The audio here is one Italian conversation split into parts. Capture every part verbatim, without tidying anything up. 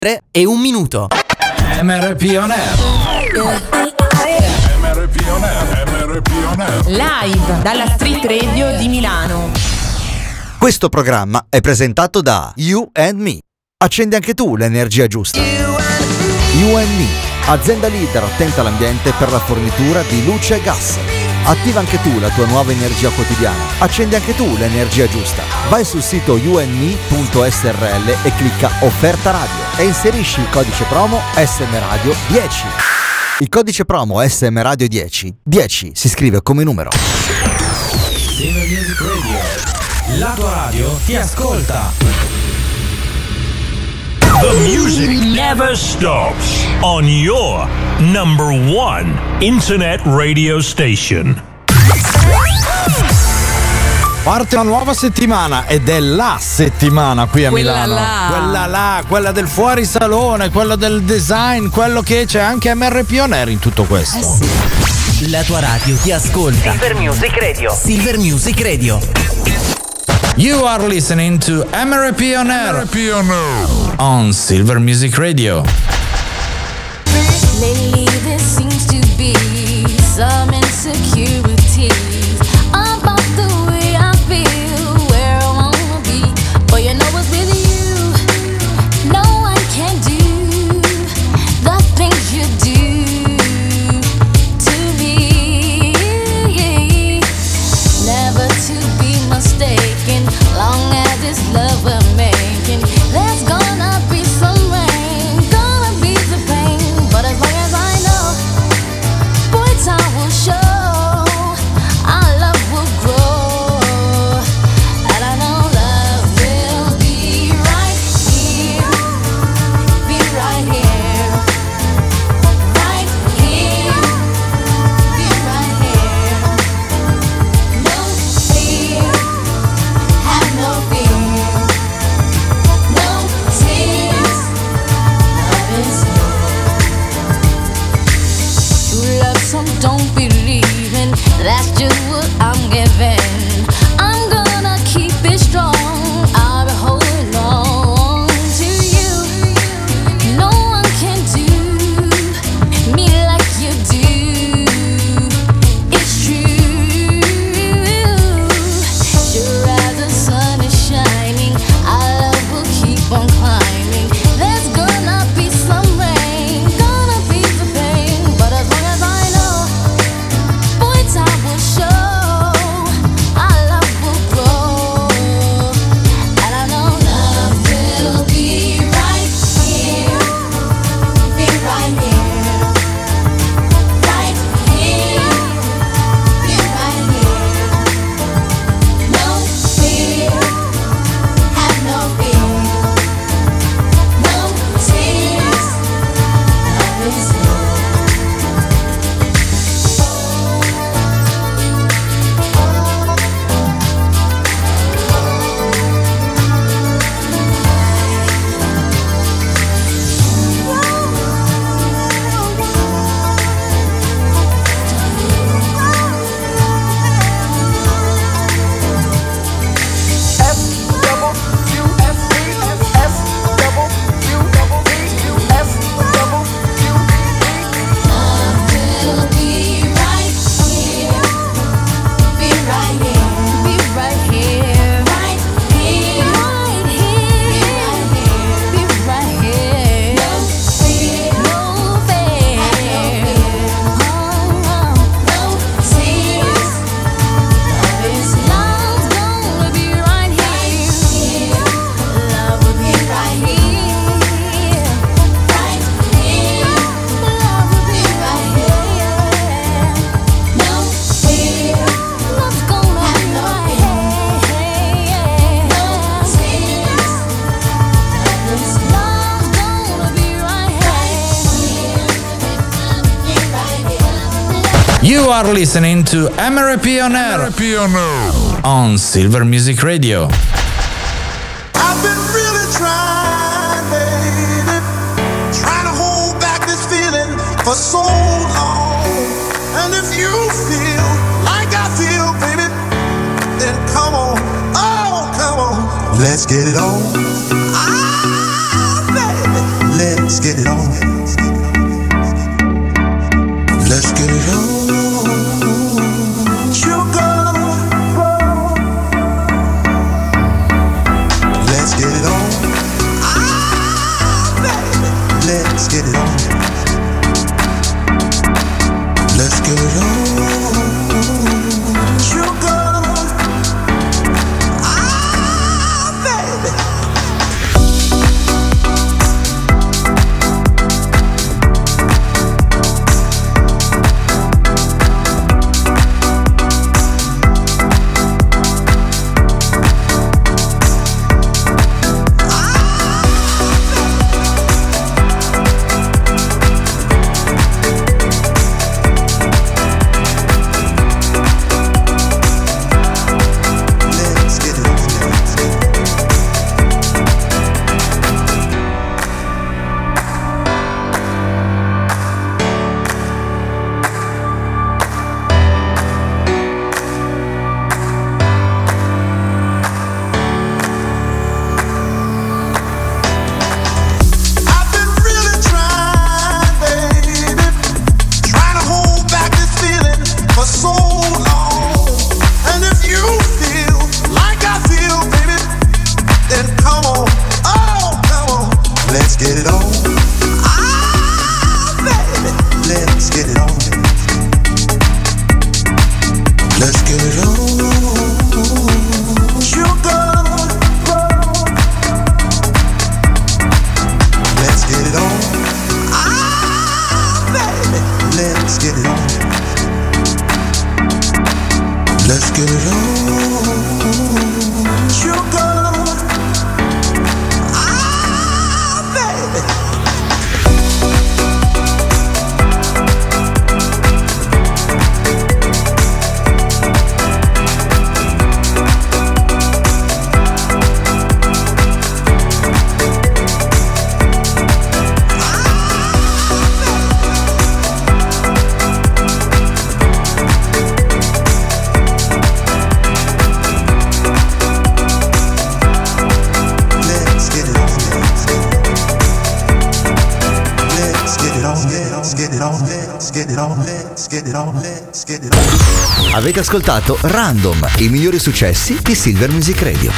e un minuto. M R P On Air. M R P On Air, M R P On Air. Live dalla Street Radio di Milano. Questo programma è presentato da You and Me. Accendi anche tu l'energia giusta. You and Me, azienda leader attenta all'ambiente per la fornitura di luce e gas. Attiva anche tu la tua nuova energia quotidiana. Accendi anche tu l'energia giusta. Vai sul sito you and me punto s r l e clicca offerta radio e inserisci il codice promo S M Radio dieci. Il codice promo S M Radio dieci. dieci si scrive come numero. Silver Music Radio. La tua radio ti ascolta. The music never stops on your number one internet radio station. Parte una nuova settimana ed è la settimana qui a Quella Milano. là. Quella là, quella del fuorisalone, quello del design, quello che c'è anche M R P On Air in tutto questo. Eh sì. La tua radio ti ascolta. Silver Music Radio. Silver Music Radio. You are listening to M R P On Air M R P On Air. on Silver Music Radio. Lately there seems to be some insecurities about the way I feel, where I wanna be. But you know what's with you, no one can do the things you do to me. Never to be mistaken, long as it's love we're making. There's gonna be some rain, gonna be the pain, but as long as I know, boy, time will show, our love will grow, and I know love will be right here, be right here, right here, be right here. No fear, have no fear, no tears, love is here. True love, some don't believe in, that's just what I'm giving. I'm gonna keep it strong, I'll be holding on to you. No one can do me like you do, it's true. Sure as the sun is shining, our love will keep on climbing. There's gonna be some rain, gonna be the pain, but as long as I know, boy, time will show, our love will grow, and I know love will be right here, be right here, right here, be right here. No fear, have no fear, no tears, love is here. Will be right here, be right here, be right here, right here, right here, be right here. No fear, no fear, no tears. Love is love's gonna be right here. Love will be right here, right here. Love will be right here. No fear, love's gonna be right here. No tears, love's gonna be right here. You are listening to M R P On M Air R P On Air. on Silver Music Radio. I've been really trying, baby, trying to hold back this feeling for so long. And if you feel like I feel, baby, then come on, oh, come on, let's get it on. Ah, baby, let's get it on. Let's get it on. Sugar, let's get it on. Ah, baby, let's get it on. Let's get it on. Sugar, ah, baby. Avete ascoltato Random, i migliori successi di Silver Music Radio.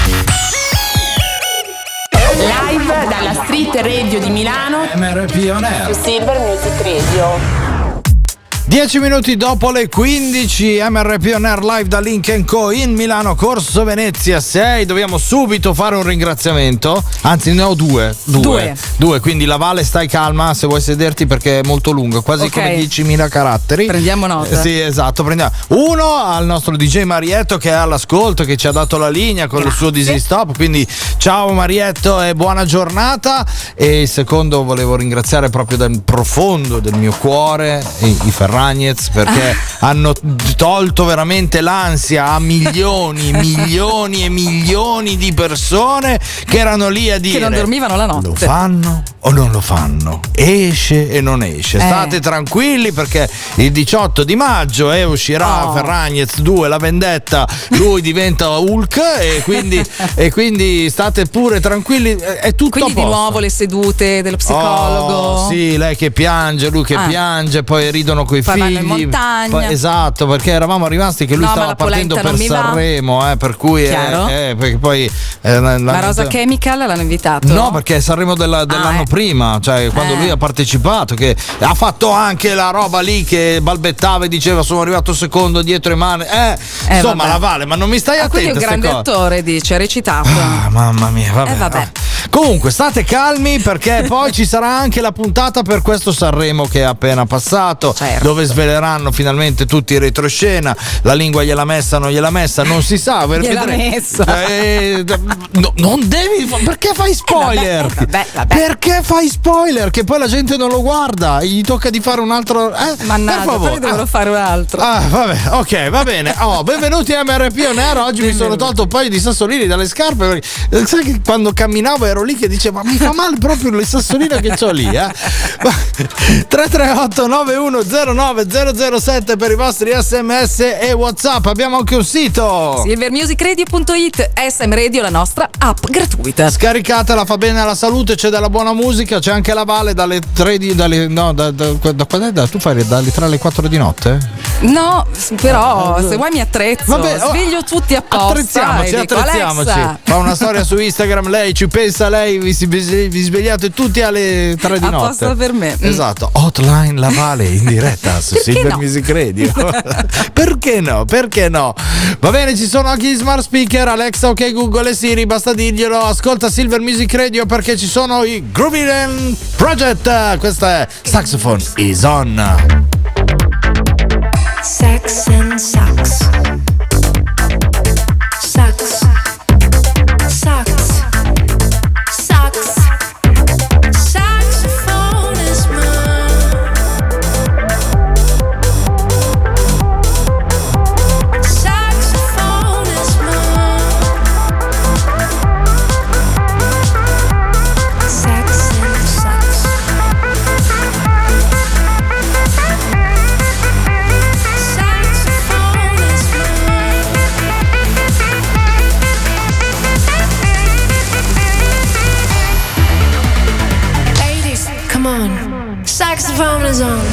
Live dalla Street Radio di Milano, M R P On Air. Silver Music Radio. Dieci minuti dopo le quindici, M R P On Air live da Link and Co in Milano, Corso Venezia sei. Dobbiamo subito fare un ringraziamento, anzi ne ho due due, due. due quindi la Vale stai calma se vuoi sederti perché è molto lungo, quasi Okay. come diecimila caratteri. Prendiamo nota. Eh, sì, esatto, prendiamo. Uno al nostro D J Marietto che è all'ascolto, che ci ha dato la linea con Grazie. il suo Disney Stop, quindi ciao Marietto e buona giornata. E il secondo volevo ringraziare proprio dal profondo del mio cuore i, i Ferragnez, perché hanno tolto veramente l'ansia a milioni, milioni e milioni di persone che erano lì a dire Che non dormivano la notte. lo fanno o non lo fanno, esce e non esce. Eh. State tranquilli perché il diciotto di maggio eh, uscirà Oh. Ferragnez due, la vendetta, lui diventa Hulk e quindi, e quindi state pure tranquilli, è tutto Quindi a di posto. nuovo le sedute dello psicologo. Oh, sì, lei che piange, lui che Ah. piange, poi ridono coi Poi figli. vanno in montagna. Poi- esatto, perché eravamo rimasti che lui No, ma stava la partendo polenta per non mi va. Sanremo, eh, per cui Chiaro. eh, eh, perché poi eh, la, Ma Rosa Chemical l'hanno invitato? No, perché è Sanremo della- dell'anno Ah, eh. prima, cioè quando Eh. lui ha partecipato, che ha fatto anche la roba lì che balbettava e diceva sono arrivato secondo dietro e mani. Eh, Eh, insomma, vabbè. la Vale, ma non mi stai Ah, quindi è un attento a grande ste cose? attore, dice, ha recitato. Ah, mamma mia, vabbè. Eh, vabbè. Ah. Comunque, state calmi perché poi ci sarà anche la puntata per questo Sanremo che è appena passato, Certo. dove sveleranno finalmente tutti i retroscena. La lingua gliela messa, non gliela messa, non si sa. Gliela vedremo. messa. Eh, no, non devi. Perché fai spoiler? Eh, vabbè, vabbè, vabbè. Perché fai spoiler? Che poi la gente non lo guarda e gli tocca di fare un altro. Eh, Mannaggia, per favore. poi devono fare un altro. Ah, vabbè, ok, va bene. Oh, benvenuti a M R P On Air. Oggi mi sono tolto un paio di sassolini dalle scarpe perché sai che quando camminavo ero ero lì che dicevo, ma mi fa male proprio le sassoline che c'ho lì, eh. tre tre otto nove uno zero nove zero zero sette per i vostri sms e WhatsApp. Abbiamo anche un sito, silvermusicradio punto it. S M Radio, la nostra app gratuita. Scaricatela, fa bene alla salute, c'è della buona musica, c'è anche la Vale dalle tre di dalle, no, da, da, da quando è da, tu fai dalle tre alle quattro di notte? No, però se vuoi mi attrezzo. Vabbè, oh, sveglio tutti apposta. Attrezziamoci, e dico, attrezziamoci. Alexa. Fa una storia su Instagram, lei ci pensa, lei vi, si- vi svegliate tutti alle tre di notte. Apposta per me. Esatto, Hotline La Vale in diretta su Perché Silver no? Music Radio. Perché no? Perché no? Va bene, ci sono anche gli smart speaker, Alexa, ok, Google e Siri, basta dirglielo. Ascolta Silver Music Radio perché ci sono i Groovy Land Project. Questa è Saxophone is on. Sex and sucks. Sucks. Sucks. Sucks. Saxophone is mine. Saxophone is mine. Sex and sucks. Come on, saxophone is on.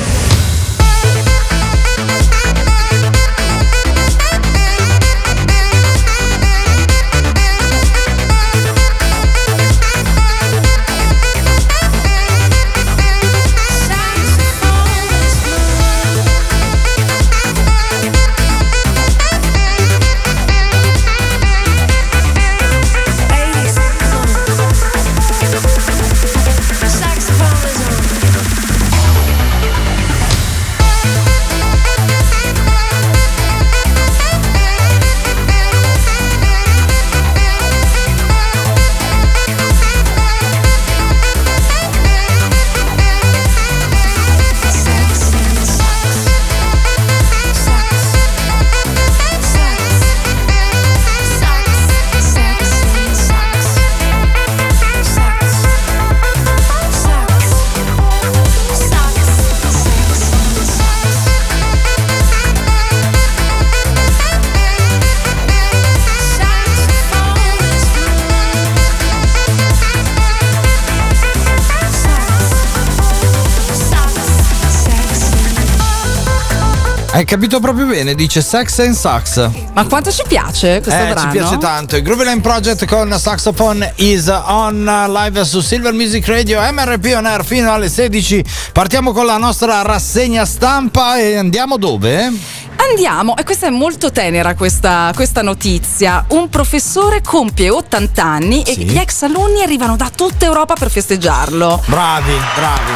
Hai capito proprio bene, dice Sex and Sax. Ma quanto ci piace questo Eh, brano? ci piace tanto. Il Groovy Land Project con Saxophone is on, live su Silver Music Radio, M R P On Air fino alle sedici. Partiamo con la nostra rassegna stampa e andiamo dove? Andiamo, e questa è molto tenera questa, questa notizia. Un professore compie ottanta anni Sì. e gli ex alunni arrivano da tutta Europa per festeggiarlo. Bravi, bravi.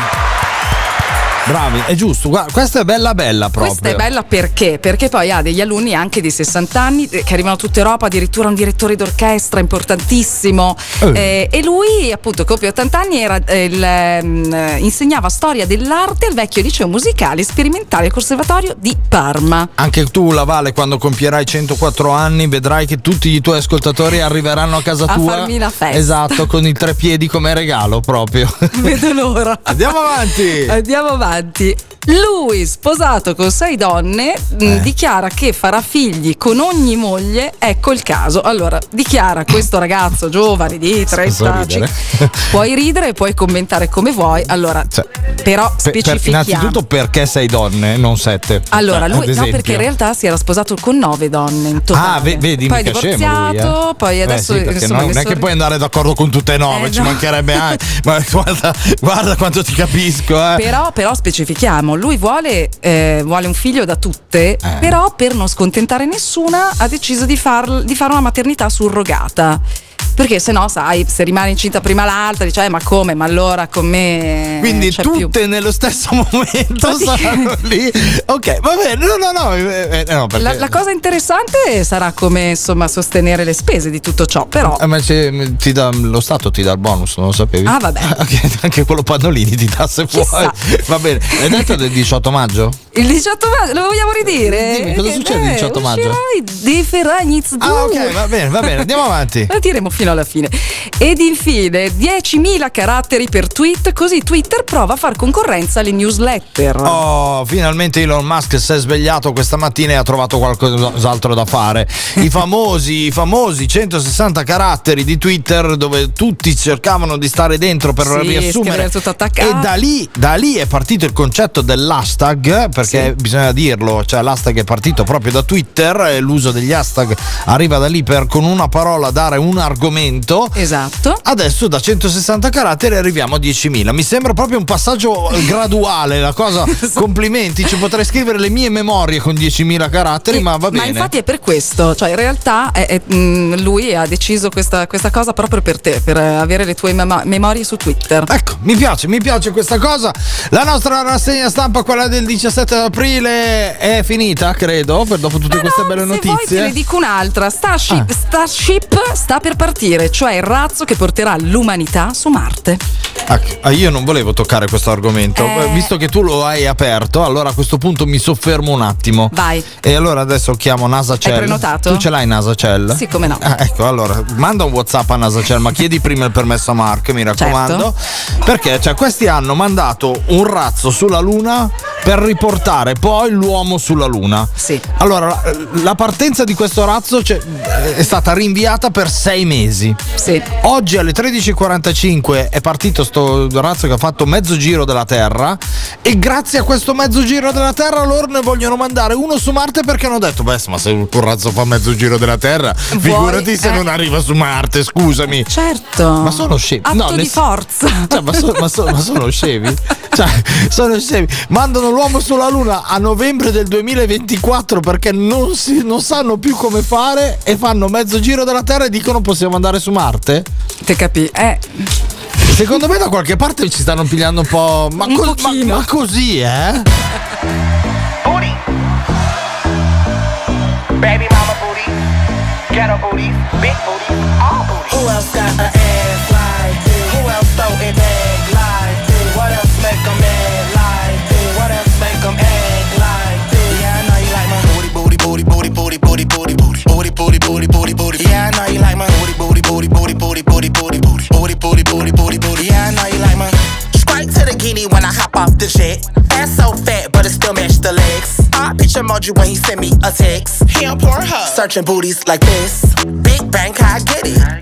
Bravi, è giusto, guarda, questa è bella bella proprio. Questa è bella perché? Perché poi ha degli alunni anche di sessanta anni eh, che arrivano da tutta Europa, addirittura un direttore d'orchestra importantissimo. Eh. Eh, e lui appunto compie ottanta anni, era, eh, il, eh, insegnava storia dell'arte al vecchio liceo musicale sperimentale al Conservatorio di Parma. Anche tu, la Vale, quando compierai centoquattro anni, vedrai che tutti i tuoi ascoltatori arriveranno a casa A tua. farmi la festa. Esatto, con i tre piedi come regalo proprio. Vedo l'ora. Andiamo avanti. Andiamo avanti. Lui, sposato con sei donne, mh, Eh. dichiara che farà figli con ogni moglie. Ecco il caso. Allora, dichiara questo ragazzo giovane di trenta. ridere. Puoi ridere e puoi commentare come vuoi. Allora, Cioè, però Per- per- specifichiamo. innanzitutto perché sei donne, non sette. Allora, Cioè, lui ad no, esempio. perché in realtà si era sposato con nove donne in totale. Ah, ve- vedi, poi è mica scemo divorziato, lui, eh. poi adesso Eh sì, perché insomma, no, le non è che sorelle- puoi andare d'accordo con tutte e nove, Eh, ci no. mancherebbe anche. Ma guarda, guarda quanto ti capisco, eh. Però, però specifichiamo, lui vuole, eh, vuole un figlio da tutte, Eh. però per non scontentare nessuna ha deciso di, far- di fare una maternità surrogata. Perché se no, sai, se rimane incinta prima l'altra, dice, eh, ma come? Ma allora con me. Quindi c'è tutte più. nello stesso momento Praticamente. saranno lì. Ok, va bene, no, no, no. eh, eh, no perché- La, la cosa interessante sarà come insomma sostenere le spese di tutto ciò, però. Eh, ma c'è- ti dà, lo Stato ti dà il bonus, non lo sapevi? Ah, vabbè. Anche, anche quello Pannolini ti dà se Chissà. vuoi. Va bene. Hai detto del diciotto maggio? Il diciotto maggio, lo vogliamo ridire? Dimmi, cosa Che succede il beh, diciotto maggio? uscirà di Ferragnez due. Ah, ok, va bene, va bene, andiamo avanti. La diremo finalmente. fino alla fine. Ed infine diecimila caratteri per tweet, così Twitter prova a far concorrenza alle newsletter. Oh, finalmente Elon Musk si è svegliato questa mattina e ha trovato qualcos'altro da fare. I famosi, i famosi centosessanta caratteri di Twitter dove tutti cercavano di stare dentro per Sì, riassumere. tutto attaccato. E da lì, da lì è partito il concetto dell'hashtag, perché Sì. bisogna dirlo, cioè l'hashtag è partito proprio da Twitter e l'uso degli hashtag arriva da lì per con una parola dare un argomento. Esatto. Adesso da centosessanta caratteri arriviamo a diecimila. Mi sembra proprio un passaggio graduale la cosa. Complimenti, ci potrei scrivere le mie memorie con diecimila caratteri, E- ma va ma bene. infatti è per questo, cioè in realtà è- è- mh, lui ha deciso questa, questa cosa proprio per te, per eh, avere le tue memo- memorie su Twitter. Ecco, mi piace, mi piace questa cosa. La nostra rassegna stampa, quella del diciassette aprile, è finita, credo, per dopo tutte Ma queste no, belle se notizie. vuoi te ne dico un'altra. Starship, Ah. Starship sta per partire, cioè il razzo che porterà l'umanità su Marte. Ecco, ah, io non volevo toccare questo argomento, Eh. visto che tu lo hai aperto, allora a questo punto mi soffermo un attimo. Vai. E allora adesso chiamo NasaCell. Hai prenotato? Tu ce l'hai NasaCell? Sì, come no. Ah, ecco, allora manda un WhatsApp a NasaCell, ma chiedi prima il permesso a Mark, mi raccomando. Certo. Perché cioè, questi hanno mandato un razzo sulla Luna per riportare poi l'uomo sulla Luna. Sì. Allora, la, la partenza di questo razzo cioè, è stata rinviata per sei mesi. Sì. Oggi alle tredici e quarantacinque è partito sto razzo che ha fatto mezzo giro della Terra e grazie a questo mezzo giro della Terra loro ne vogliono mandare uno su Marte perché hanno detto beh ma se un razzo fa mezzo giro della Terra figurati se eh. non arriva su Marte, scusami. Certo. Ma sono scemi. Atto No, di nel- forza. Cioè, ma, so- ma so- ma sono scemi? Cioè, sono scemi. Mandano l'uomo sulla Luna a novembre del duemilaventiquattro perché non, si, non sanno più come fare e fanno mezzo giro della Terra e dicono possiamo andare su Marte? Te capi? Eh. Secondo me da qualche parte ci stanno pigliando un po'. Ma, Un co- ma- pochino. ma così, eh? Booty. Baby mama booty. Ghetto booty. Big booty. All booty. Who else got an ass like this? Who else throw it back like this? What else make them mad like this? What else make them act like this? Yeah, I know you like my booty, booty, booty, booty, booty, booty, booty, booty, booty, booty, booty, booty, booty. Yeah, I know you like my booty, booty, booty, booty, booty, booty, booty, booty, booty, booty, booty, booty, booty. Yeah, I know you like my. Straight to the guinea when I hop off the jet. Ass so fat, but it still match the legs. I picture emoji when he send me a text. He on Pornhub, searching booties like this. Big bank, I get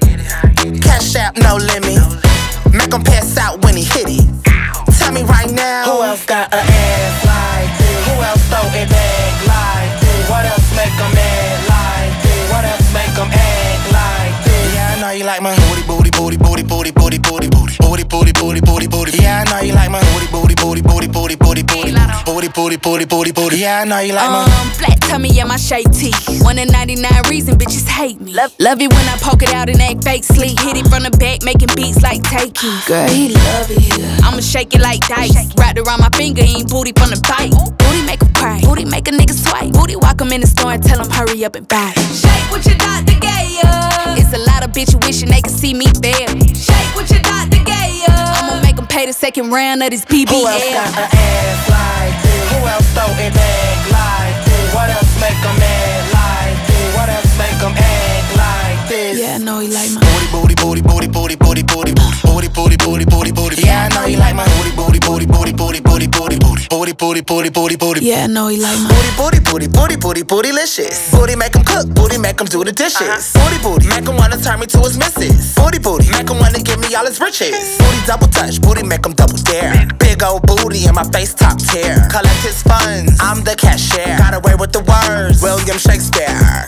it. Cash app, no limit. Make him pass out when he hit it. Tell me right now, who else got an ass like this? Who else throw it back like this? What else make him mad like this? What else make him act like this? Yeah, I know you like my booty, booty, booty, booty, booty, booty, booty, booty, booty, booty, booty, booty, booty. Yeah, I know you like my booty, booty, booty, booty, booty, booty, booty, booty, booty, booty, booty, booty. Yeah, I know you like my. Um, flat tummy, yeah, my shade tee. One in ninety-nine reason bitches hate me. Love, love it when I poke it out and act fake sleep. Hit it from the back, making beats like Takey. Girl, he love it. I'ma shake it like dice. Wrapped around my finger, he ain't booty from the bite. Booty make him cry. Booty make a nigga swipe. Booty walk him in the store and tell him hurry up and buy. Shake what your doctor gave ya. It's a lot of bitches wishing they could see me there. Shake what your doctor gave ya. I'ma make him pay the second round of this B B L. Who else got an ass like this? Who else throw it back like this? What else make them mad like this? What else make them act like this? Yeah, I know he like my booty, booty, booty, booty, booty, booty, booty, booty, booty, booty, booty, booty. Yeah, I know you like my booty, booty, booty, booty, booty, booty, booty, booty, booty, booty, booty, booty, booty. Yeah, I know he like my booty, booty, booty, booty, booty, bootylicious. Booty make him cook, booty make him do the dishes. Booty, booty, make him wanna turn me to his missus. Booty, booty, make him wanna give me all his riches. Booty double touch, booty make him double dare. Big old booty and my face top tier. Collect his funds, I'm the cashier. Got away with the words, William Shakespeare.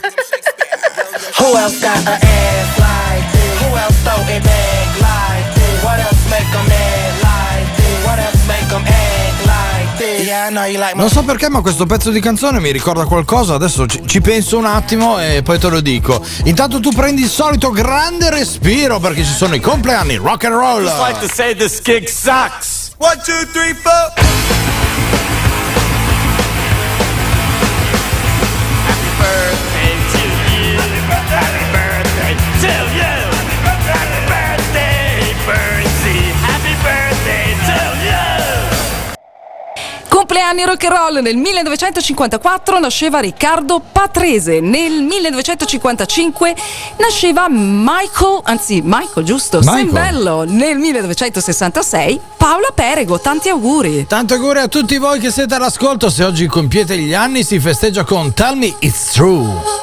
Who else got an ass like this? Who else throw it back like this? What else make them mad like this? What else make them act like this? Yeah, I know you like my. Non so perché, ma questo pezzo di canzone mi ricorda qualcosa. Adesso ci, ci penso un attimo e poi te lo dico. Intanto tu prendi il solito grande respiro perché ci sono i compleanni rock and roll. Just like to say this gig sucks. One, two, three, four. compleanni rock and roll. Nel millenovecentocinquantaquattro nasceva Riccardo Patrese. Nel millenovecentocinquantacinque nasceva Michael, anzi Michael, giusto? Michael. Sembello. Nel millenovecentosessantasei Paola Perego. Tanti auguri. Tanti auguri a tutti voi che siete all'ascolto. Se oggi compiete gli anni si festeggia con Tell Me It's True.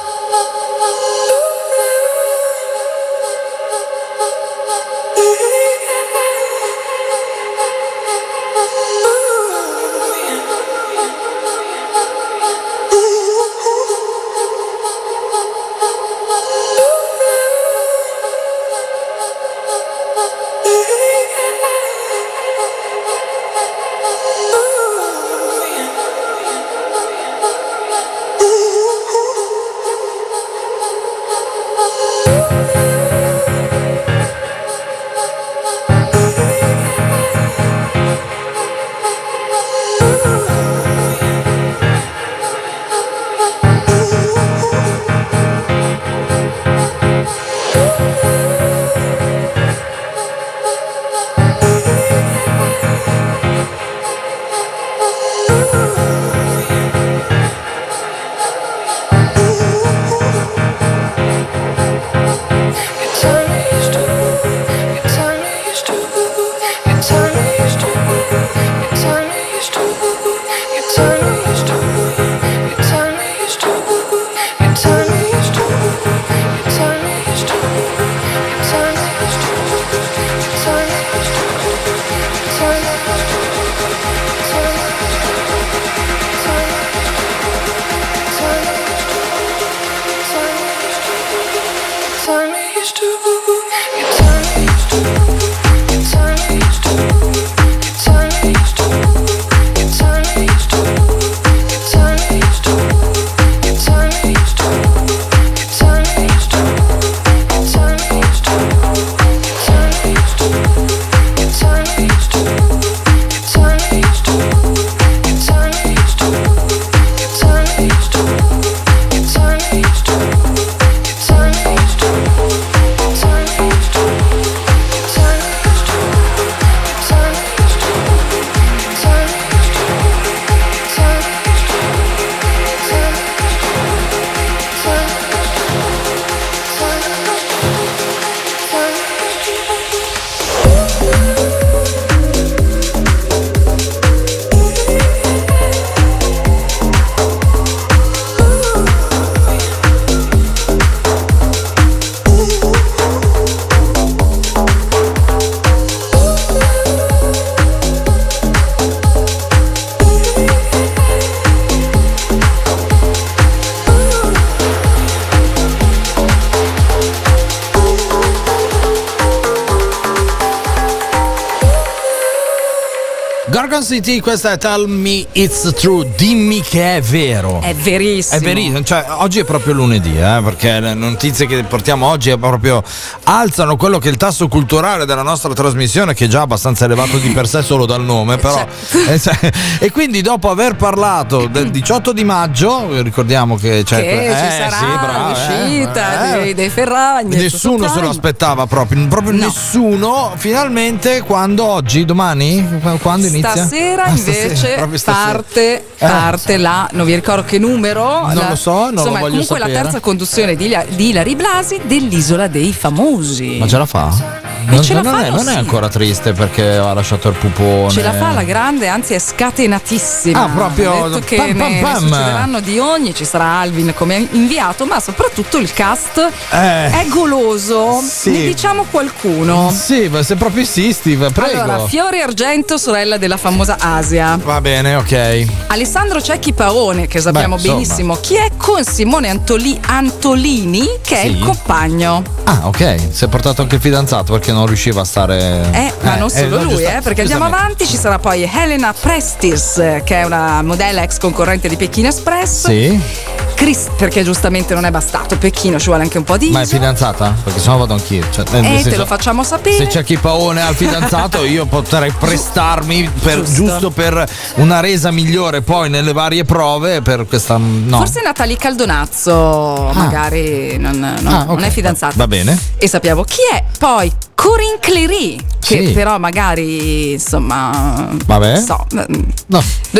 Gorgon City, questa è Tell Me It's True, dimmi che è vero. È verissimo. È verissimo, cioè oggi è proprio lunedì, eh, perché le notizie che portiamo oggi è proprio alzano quello che è il tasso culturale della nostra trasmissione, che è già abbastanza elevato di per sé solo dal nome, però eh, cioè, e quindi dopo aver parlato del diciotto di maggio, ricordiamo che c'è che eh, ci sarà sì, bravo, l'uscita eh, dei, dei Ferragni. Nessuno se lo aspettava proprio, proprio No. nessuno. Finalmente, quando oggi, domani, quando inizia? Stasera Ah, invece stasera, proprio stasera. parte, parte la, non vi ricordo che numero. Non la- lo so, non lo insomma, voglio comunque sapere. la terza conduzione di, Ila- di Ilari Blasi dell'Isola dei Famosi. Ma ce la fa? E Non, ce la non è, fanno, non è sì. ancora triste perché ha lasciato il pupone. Ce la fa la grande, anzi è scatenatissima. Ah, proprio Ha detto che pam, pam, ne, pam. ne succederanno di ogni, ci sarà Alvin come inviato, ma soprattutto il cast Eh. è goloso. Sì. Ne diciamo qualcuno. Sì, ma se proprio insisti, va, prego. Allora, Fiore Argento, sorella della famosa Asia. Va bene, ok. Alessandro Cecchi Paone, che sappiamo Beh, insomma. benissimo chi è, con Simone Antoli- Antolini, che è Sì. il compagno. Ah, ok. Si è portato anche il fidanzato perché non riusciva a stare. Eh, ma non solo no, lui, giusta- eh, perché andiamo giustamente. avanti, ci sarà poi Helena Prestis, che è una modella ex concorrente di Pechino Express. Sì. Chris, perché giustamente non è bastato, Pechino ci vuole anche un po' di Ma è iso. fidanzata? Perché sennò vado anch'io. Cioè, nel Eh, te senso, lo facciamo sapere. se c'è chi paone al fidanzato, io potrei prestarmi per, Giusto. giusto per una resa migliore poi nelle varie prove per questa. No. Forse Natalie Caldonazzo, magari non, non- Ah, ok. non è fidanzata. Va bene. E sappiamo chi è. Poi Corinne Clery, che Sì. però magari insomma Vabbè. so, No.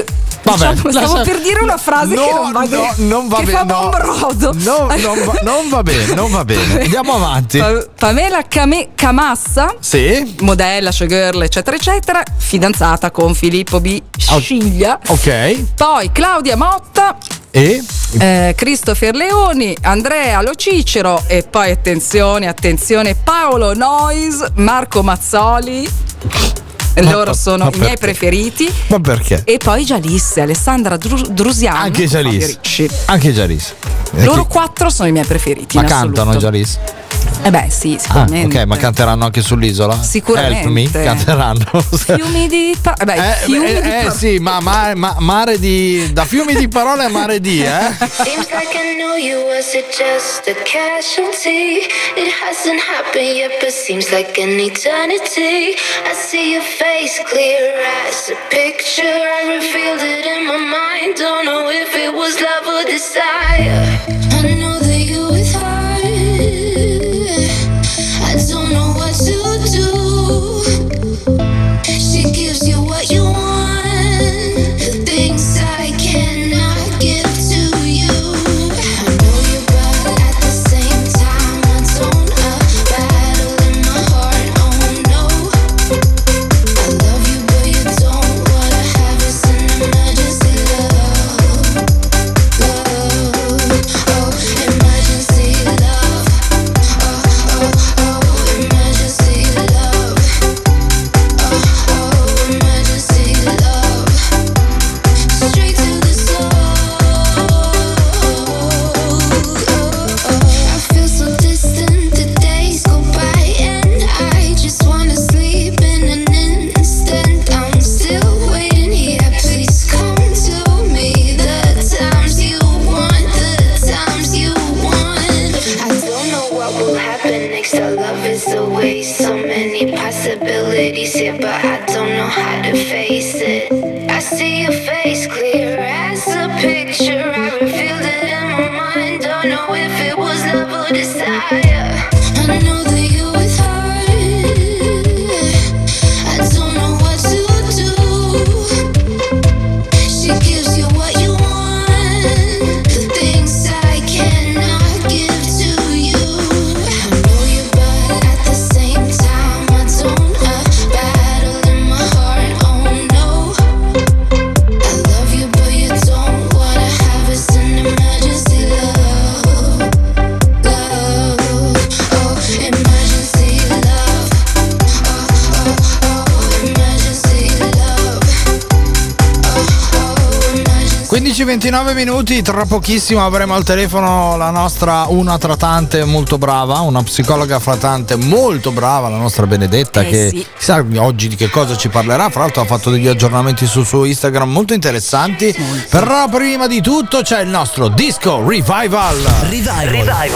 Vabbè, Diciamo, stavo lascia- per dire una frase No, che non va no, bene. non va che bene, fa no. un brodo. No, non va, non va bene, non va bene. Andiamo avanti. Pa- Pamela Came- Camassa, Sì. modella, showgirl, eccetera, eccetera, fidanzata con Filippo B. Sciglia. Ok. Poi Claudia Motta, E? eh, Christopher Leoni, Andrea Lo Cicero e poi attenzione, attenzione, Paolo Noyes, Marco Mazzoli. Ma- Loro sono ma i miei perché? preferiti. Ma perché? E poi Gialisse, Alessandra Dru- Drusiano. Anche Fabio Jalis. Ricci. Anche Jalis. Loro quattro sono i miei preferiti. Ma in cantano assoluto. Jalis? Eh beh, sì, Ah, sicuramente. ok, ma canteranno anche sull'isola? Sicuramente. Help me, canteranno. Fiumi di pa- eh beh, Eh, fiumi eh, di eh, pa- sì, ma, ma- ma- mare di. Da fiumi di parole a mare di, eh? Seems like I know you, was it just a casualty? It hasn't happened yet, but seems like an eternity. I see your face clear as a picture. I revealed it in my mind. Don't know if it was love or desire. I know that you with her. I don't know what to do. She gives you what you want, the things I cannot give to you. I know you, but at the same time I don't. A battle in my heart, oh no. I love you, but you don't. What I have is an emergency love, love, oh, emergency love, oh, oh, oh, emergency love, oh, oh, emergency love, straight to the soul. I feel so distant, the days go by and I just wanna sleep in an instant. I'm still waiting here, please come to me. The times you want, the times you want. I don't know what will happen next, our love is a waste. So many possibilities here, but I don't know how to face it. I see your face clear as a picture. I revealed it in my mind. Don't know if it was love or desire. I know that you with her. I don't know what to do. She gives you what you want, the things I cannot give to you. I know you, but at the same time I don't. A battle in my heart, oh no. I love you, but you don't. What I have is an emergency love, love, oh, emergency love, oh, oh, oh, emergency love, oh, oh, emergency. quindici e ventinove minuti, tra pochissimo avremo al telefono la nostra una tratante molto brava, una psicologa tratante molto brava, la nostra Benedetta, Eh che sì. chissà oggi di che cosa ci parlerà. Fra l'altro ha fatto degli aggiornamenti sul suo Instagram molto interessanti. Però prima di tutto c'è il nostro disco revival. Revival.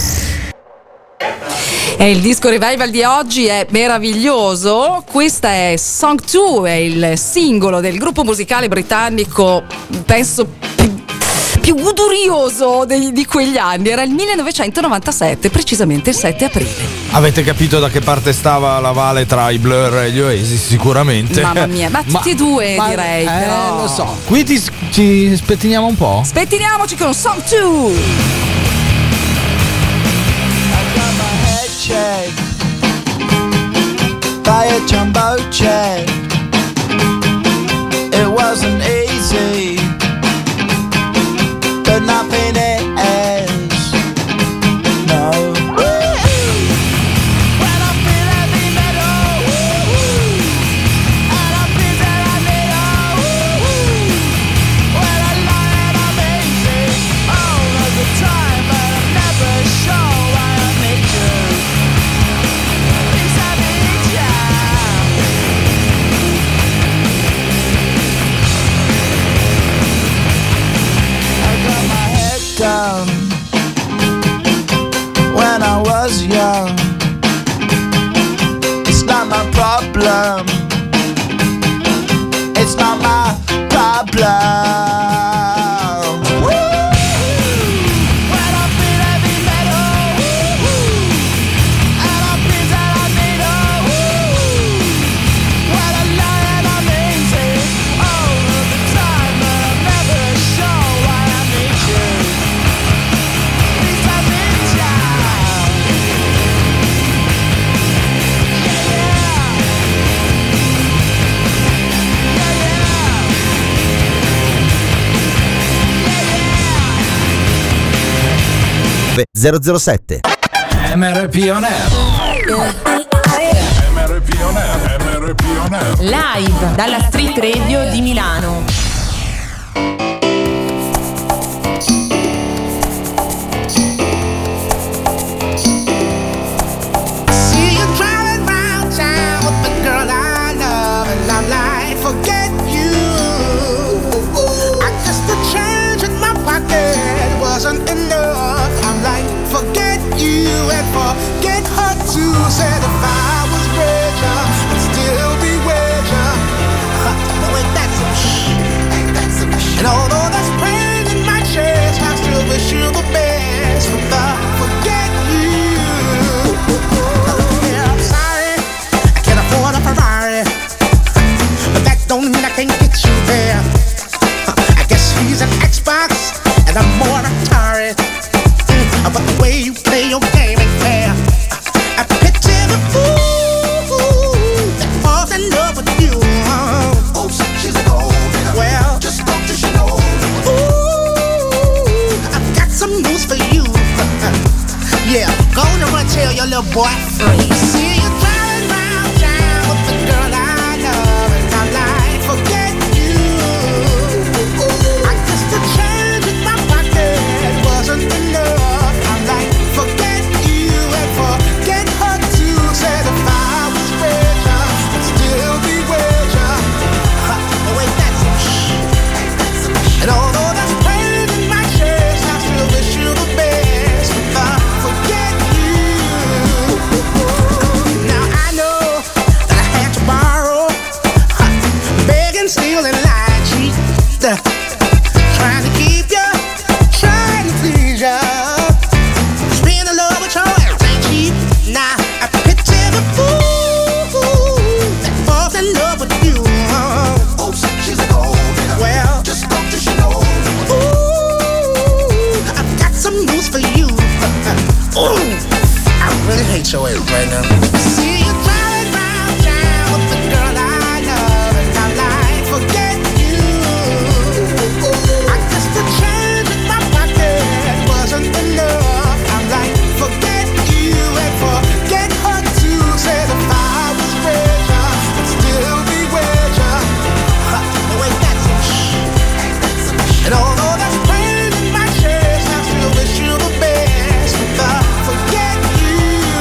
E il disco revival di oggi è meraviglioso. Questa è Song due, è il singolo del gruppo musicale britannico, penso più, più godurioso dei- di quegli anni. Era il millenovecentonovantasette, precisamente il sette aprile. Avete capito da che parte stava la Vale tra i Blur e gli Oasis? Sicuramente. Mamma mia, ma tutti e due direi, eh, però. lo so. Qui ti, ci spettiniamo un po'? Spettiniamoci con Song due. check by a jumbo jet. It wasn't easy, but nothing is. No. Time, but I'm never sure why I need you. Things I need ya. nove zero zero sette. M R P On Air. M R P On Air, M R P On Air. Live dalla Street Radio di Milano. See you driving round town with the girl I love, and I'm like, forget you. I guess the change in my pocket wasn't enough. I'm like, forget you and forget her too. Said if I was richer, I'd still be richer. Huh, ain't that some shit? Ain't that some shit? And although there's pain in my chest, I still wish you the best. But the forget you. Yeah, I'm sorry, I can't afford a Ferrari, but that don't mean I can't get you there. I guess he's an Xbox and I'm more Atari. Mm, but the way you play your game ain't fair. I picture the fool that falls in love with you. Oops, she's a gold digger. Well, just don't you know. Ooh, I've got some news for you. Yeah, go on and run tell your little boy free. See you driving round town with the girl I love, and I'm like, forget you. I guess the change in my pocket wasn't enough. I'm like, forget you and forget her too. Said if I was richer, I'd still be richer. Huh, ain't that some shit? And although there's pain in my chest, I still wish you the best. But forget you. Now I know that I had to borrow, huh, beg and steal and lie, cheat, uh, trying to keep you, trying to please you. Being in love with your ass ain't cheap. Now I picture the fool that falls in love with you. Oops, she's a gold digger. Well, just don't you know. Ooh, I've got some news for you. Ooh, I really hate your ass right now. See you driving round town with the girl I love, and I'm like, forget you. I guess the change in my pocket wasn't enough. I'm like, forget you and forget her too. Said if I was richer, I'd still be richer. Huh, ain't that some shit? And although there's pain in my chest, I still wish you the best. But forget you.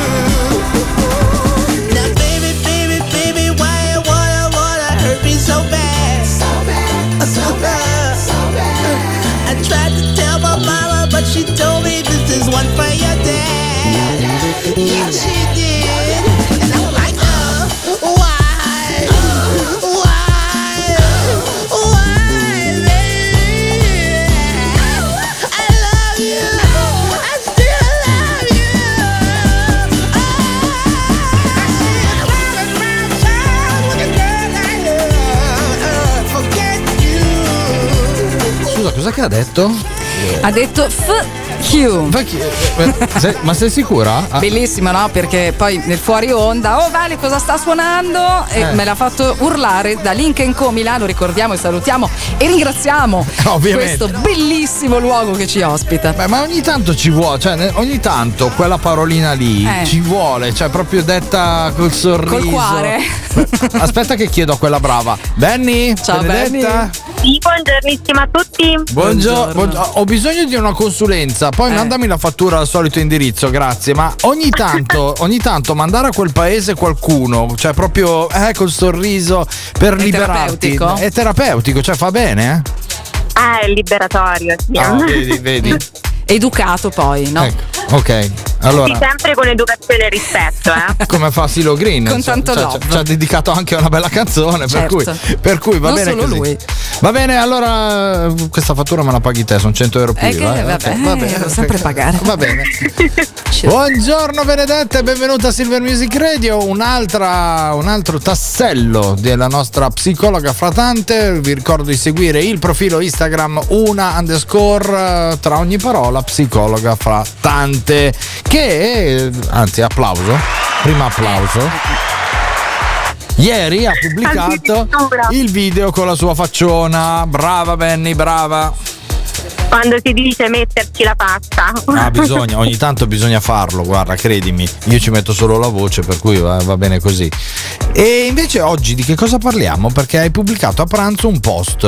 Now baby, baby, baby, why you wanna, wanna hurt me so bad? So bad, so bad, so bad. I tried to tell my mama, but she told me this is one for your dad. Yeah, she did. And I'm like, uh, why? Why? Why, baby? I love you. I still love you. I see you driving round town with a girl I love. Forget you. Scusa, cosa che ha detto? Ha detto F you. Sei- ma sei sicura? Ah, Bellissima, no? Perché poi nel fuori onda, oh Vale, cosa sta suonando? E Eh. me l'ha fatto urlare da Link and Co Milano. Ricordiamo e salutiamo e ringraziamo Ovviamente. questo bellissimo luogo che ci ospita. Beh, ma ogni tanto ci vuole, cioè ne- ogni tanto quella parolina lì Eh. ci vuole, cioè proprio detta col sorriso. Col cuore. Aspetta che chiedo a quella brava. Benny? Ciao, Benedetta? Sì, buongiornissimo a tutti. Buongiorno. Buongiorno. Ho bisogno di una consulenza, poi Eh. mandami la fattura al solito indirizzo, grazie. Ma ogni tanto, ogni tanto mandare a quel paese qualcuno, cioè proprio eh, col sorriso per È liberarti. terapeutico? È terapeutico, cioè fa bene, eh? Ah, è liberatorio. Sì. Ah, vedi, vedi. Educato poi, no? Ecco, ok. Allora, Sì, sempre con educazione e rispetto, eh. come fa Silo Green, Con insomma, tanto cioè, love. ci- ci ha dedicato anche una bella canzone, Certo. per cui, per cui va Non bene solo così. lui. Va bene, allora questa fattura me la paghi te, sono cento euro più. Eh, che- va, vabbè, ok, va bene, devo ok. sempre pagare. Va bene. Buongiorno Benedetta e benvenuta a Silver Music Radio, un'altra, un altro tassello della nostra psicologa fratante. Vi ricordo di seguire il profilo Instagram una underscore eh, tra ogni parola psicologa fratante, che anzi applauso, prima applauso, ieri ha pubblicato il video con la sua facciona. Brava Benny, brava. quando si dice metterci la faccia. Ah, bisogna, ogni tanto bisogna farlo, guarda, credimi, io ci metto solo la voce, per cui va, va bene così. E invece oggi di che cosa parliamo? Perché hai pubblicato a pranzo un post.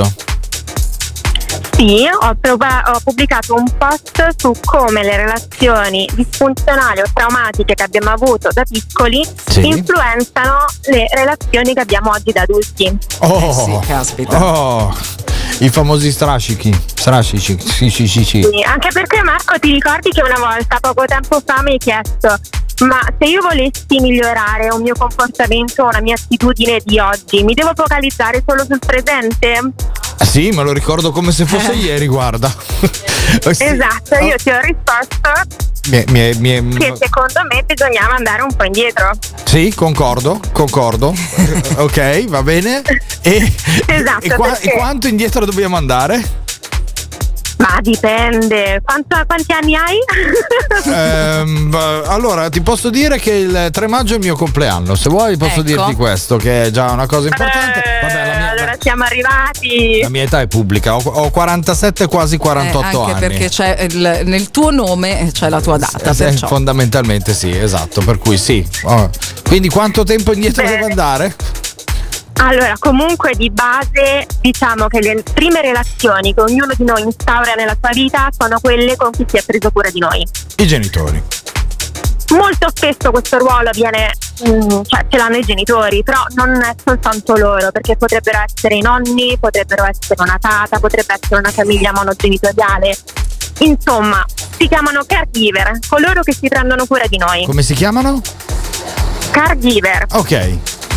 Sì, ho, prova- ho pubblicato un post su come le relazioni disfunzionali o traumatiche che abbiamo avuto da piccoli Sì. influenzano le relazioni che abbiamo oggi da adulti. Oh, sì, caspita. Oh, i famosi strascichi, strascici, sì, sì, sì, sì. Sì, anche perché Marco, ti ricordi che una volta, poco tempo fa, mi hai chiesto: ma se io volessi migliorare un mio comportamento o una mia attitudine di oggi, mi devo focalizzare solo sul presente? Sì, me lo ricordo come se fosse ieri, guarda. Sì. Esatto, io ti ho risposto Mi, mi, mi, che secondo me bisognava andare un po' indietro. Sì, concordo, concordo. Ok, va bene. E, Esatto, e, qua- perché- e quanto indietro dobbiamo andare? Ma dipende. Quanto, quanti anni hai? Ehm, b- allora, ti posso dire che il tre maggio è il mio compleanno. Se vuoi, posso Ecco. dirti questo, che è già una cosa importante. Vabbè, la mia, Allora siamo arrivati. la mia età è pubblica. Ho, ho quarantasette, quasi quarantotto Eh, anche anni. perché c'è il- nel tuo nome c'è la tua data, Eh, perciò. fondamentalmente sì, esatto. Per cui sì. Oh. Quindi, quanto tempo indietro Bene. devo andare? Allora, comunque di base diciamo che le prime relazioni che ognuno di noi instaura nella sua vita sono quelle con chi si è preso cura di noi. I genitori. Molto spesso questo ruolo viene, mm, cioè ce l'hanno i genitori, però non è soltanto loro, perché potrebbero essere i nonni, potrebbero essere una tata, potrebbe essere una famiglia monogenitoriale. Insomma, si chiamano caregiver, coloro che si prendono cura di noi. Come si chiamano? Caregiver. Ok.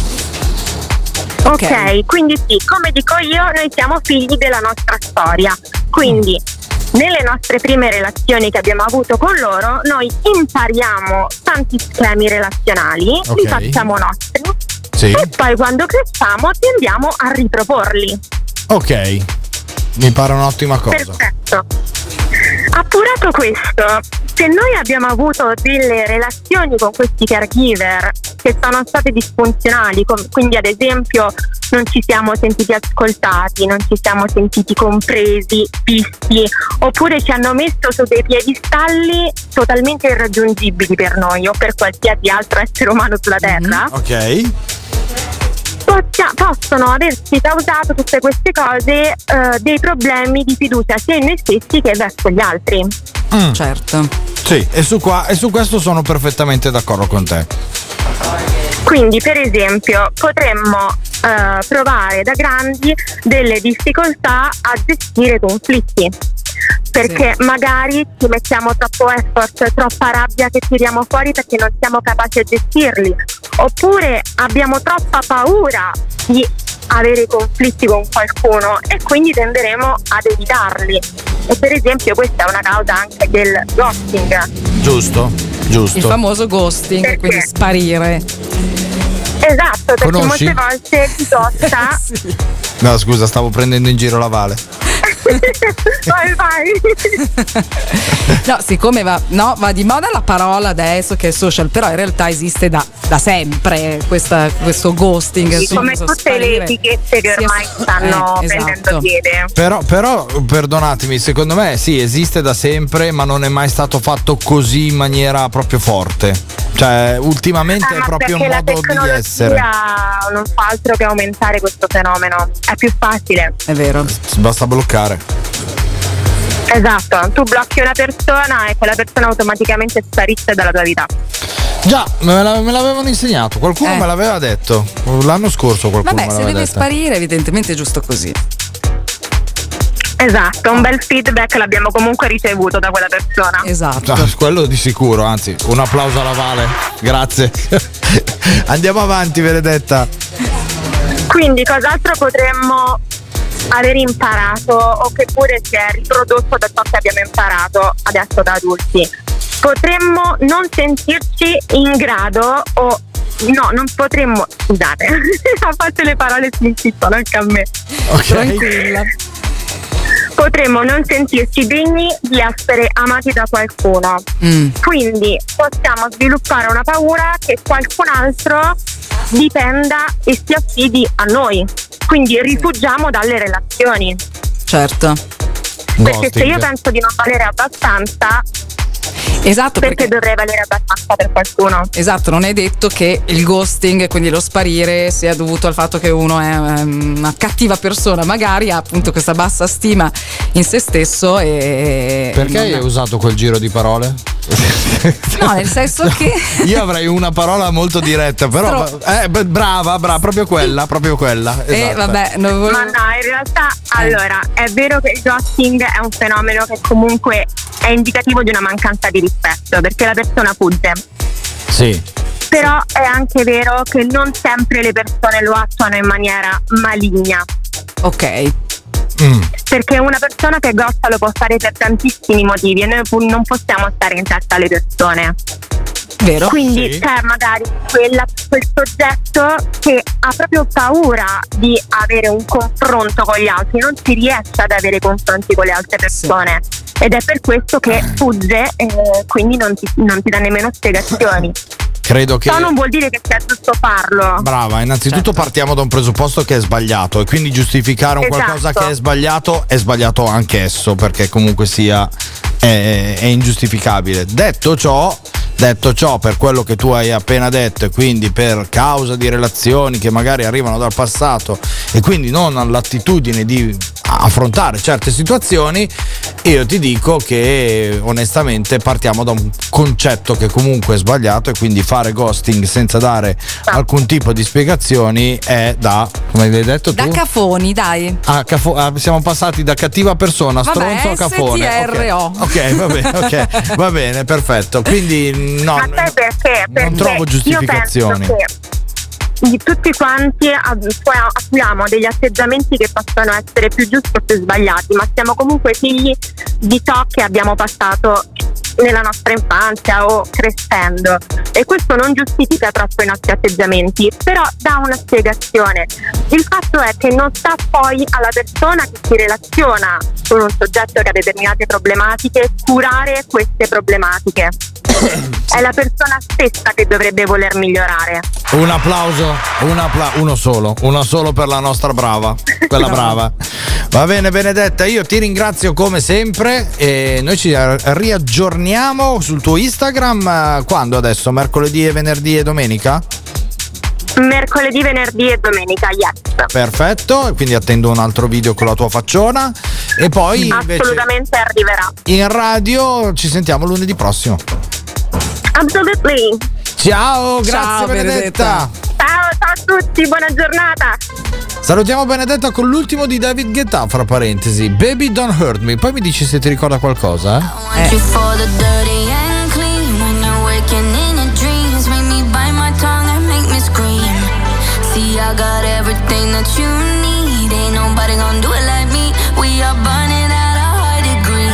Ok, quindi sì, come dico io, noi siamo figli della nostra storia. Quindi nelle nostre prime relazioni che abbiamo avuto con loro, noi impariamo tanti schemi relazionali, Ok. li facciamo nostri Sì. e poi quando cresciamo tendiamo a riproporli. Ok. Mi pare un'ottima cosa. Perfetto. Appurato questo, se noi abbiamo avuto delle relazioni con questi caregiver che sono state disfunzionali, com- quindi ad esempio non ci siamo sentiti ascoltati, non ci siamo sentiti compresi, visti, oppure ci hanno messo su dei piedistalli totalmente irraggiungibili per noi o per qualsiasi altro essere umano sulla Terra, Ok. possia- possono averci causato tutte queste cose eh, dei problemi di fiducia sia in noi stessi che verso gli altri. Mm. Certo. Sì, e su, qua, e su questo sono perfettamente d'accordo con te. Quindi per esempio potremmo eh, provare da grandi delle difficoltà a gestire i conflitti, perché magari ci mettiamo troppo effort, troppa rabbia che tiriamo fuori perché non siamo capaci a gestirli, oppure abbiamo troppa paura di avere conflitti con qualcuno e quindi tenderemo ad evitarli. E per esempio questa è una causa anche del ghosting. Giusto, giusto. Il famoso ghosting, Perché? quindi sparire. Esatto, perché Conosci? molte volte si ghosta. No, scusa, stavo prendendo in giro la Vale. Vai, vai. No, siccome va, no, va di moda la parola adesso che è social, però in realtà esiste da, da sempre questa, questo ghosting. Sì, insomma, come questo tutte le sparire. etichette che Sì, ormai ass- stanno eh, prendendo esatto. piede. Però, però, perdonatemi, secondo me sì, esiste da sempre, ma non è mai stato fatto così in maniera proprio forte. Cioè, ultimamente Ah, è ma proprio un perché la modo di tecnologia essere. non fa altro che aumentare questo fenomeno. È più facile. È vero. Basta bloccare. Esatto, tu blocchi una persona e quella persona automaticamente sparisce dalla tua vita. Già, me, la- me l'avevano insegnato, qualcuno Eh. me l'aveva detto. L'anno scorso qualcuno Vabbè, me se l'aveva deve detto. sparire, evidentemente è giusto così. Esatto, un bel feedback l'abbiamo comunque ricevuto da quella persona. Esatto. Ah, quello di sicuro, anzi, un applauso alla Vale. Grazie. Andiamo avanti, Benedetta. Quindi cos'altro potremmo aver imparato o che pure si è riprodotto da ciò che abbiamo imparato adesso da adulti? Potremmo non sentirci in grado o no, non potremmo, scusate, a parte le parole si insistono anche a me. Tranquilla. Potremmo non sentirci degni di essere amati da qualcuno. Mm. Quindi possiamo sviluppare una paura che qualcun altro dipenda e si affidi a noi. Quindi rifugiamo dalle relazioni. Certo. Perché se io penso di non valere abbastanza, Esatto, perché, perché dovrei valere abbastanza per qualcuno? Esatto, non è detto che il ghosting, quindi lo sparire, sia dovuto al fatto che uno è um, una cattiva persona, magari ha appunto questa bassa stima in se stesso e Perché non- hai usato quel giro di parole? No, nel senso che Io avrei una parola molto diretta, però eh, beh, brava, brava, proprio quella, proprio quella. Eh, esatto. vabbè, non volevo- Ma no, in realtà, allora, è vero che il ghosting è un fenomeno che comunque è indicativo di una mancanza di rispetto, perché la persona fugge. Sì. Però è anche vero che non sempre le persone lo attuano in maniera maligna. Ok. Mm. Perché una persona che ghosta lo può fare per tantissimi motivi e noi pu- non possiamo stare in testa alle persone. Vero? Quindi Sì. c'è magari quella, quel soggetto che ha proprio paura di avere un confronto con gli altri, non si riesce ad avere confronti con le altre persone. Ed è per questo che fugge e quindi non ti, non ti dà nemmeno spiegazioni. Credo che Ciò non vuol dire che sia giusto farlo. Brava, innanzitutto partiamo da un presupposto che è sbagliato e quindi giustificare un Esatto. qualcosa che è sbagliato è sbagliato anche esso, perché comunque sia è, è ingiustificabile. Detto ciò, detto ciò, per quello che tu hai appena detto e quindi per causa di relazioni che magari arrivano dal passato e quindi non all'attitudine di affrontare certe situazioni, io ti dico che onestamente partiamo da un concetto che comunque è sbagliato e quindi fare ghosting senza dare alcun tipo di spiegazioni è da, come hai detto tu? Da cafoni, dai. Ah, cafo- ah, siamo passati da cattiva persona, Vabbè, stronzo a cafone. S T R O. Ok, ok, va bene, ok, va bene, perfetto. Quindi no, Ma sai perché? Perché non trovo giustificazioni. Io penso che di tutti quanti ab- poi abbiamo degli atteggiamenti che possono essere più giusti o più sbagliati, ma siamo comunque figli di ciò che abbiamo passato nella nostra infanzia o crescendo, e questo non giustifica troppo i nostri atteggiamenti, però dà una spiegazione. Il fatto è che non sta poi alla persona che si relaziona con un soggetto che ha determinate problematiche curare queste problematiche. È la persona stessa che dovrebbe voler migliorare. Un applauso, un appla- uno solo, uno solo per la nostra brava, quella brava. Va bene Benedetta, io ti ringrazio come sempre e noi ci riaggiorniamo sul tuo Instagram eh, quando adesso? Mercoledì e venerdì e domenica? Mercoledì, venerdì e domenica, yes. Perfetto, quindi attendo un altro video con la tua facciona e poi invece Assolutamente arriverà. in radio ci sentiamo lunedì prossimo. Absolutely. Ciao, grazie Ciao, Benedetta. Ciao, ciao a tutti, buona giornata. Salutiamo Benedetta con l'ultimo di David Guetta, fra parentesi, Baby Don't Hurt Me. Poi mi dici se ti ricorda qualcosa, eh? Want you for the dirty and clean. When you're waking in your dreams, make me bite my tongue and make me scream. See, I got everything that you need. Ain't nobody gonna do it like me. We are burning at a high degree.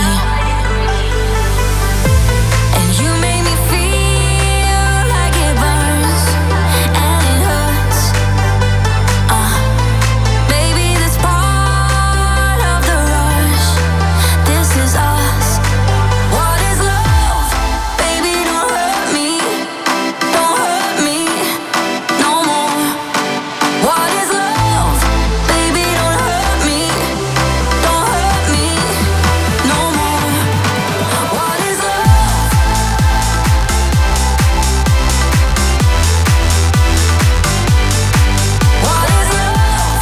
And you make me feel like it burns and it hurts. Uh, baby, this part of the rush. This is us. What is love? Baby, don't hurt me. Don't hurt me no more. What is love? Baby, don't hurt me. Don't hurt me no more. What is love? What is love?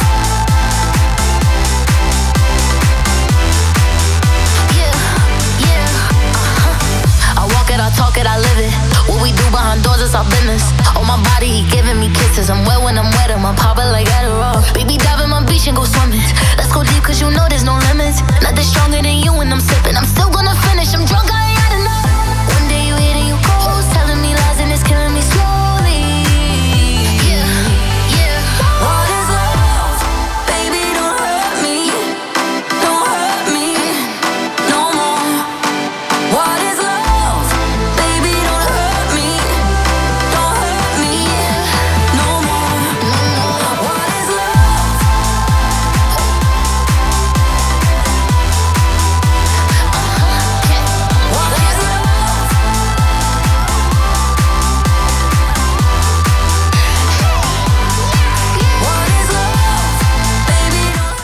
Yeah, yeah, uh-huh. I walk it, I talk it, I live it. What we do behind doors is our business. On my body, he giving me kisses. I'm wet when I'm wet, I'm popping like Adderall. Baby, dive in my beach and go swimming. Let's go deep, cause you know there's no limits. Nothing stronger than you when I'm sipping. I'm still gonna finish, I'm drunk, I ain't had enough. One day you hit and you ghost, telling me lies and it's killing me slowly. Yeah, yeah. What is love? Baby, don't hurt me. Don't hurt me no more. What is love? Baby, don't hurt me. Don't hurt me no more. What is love?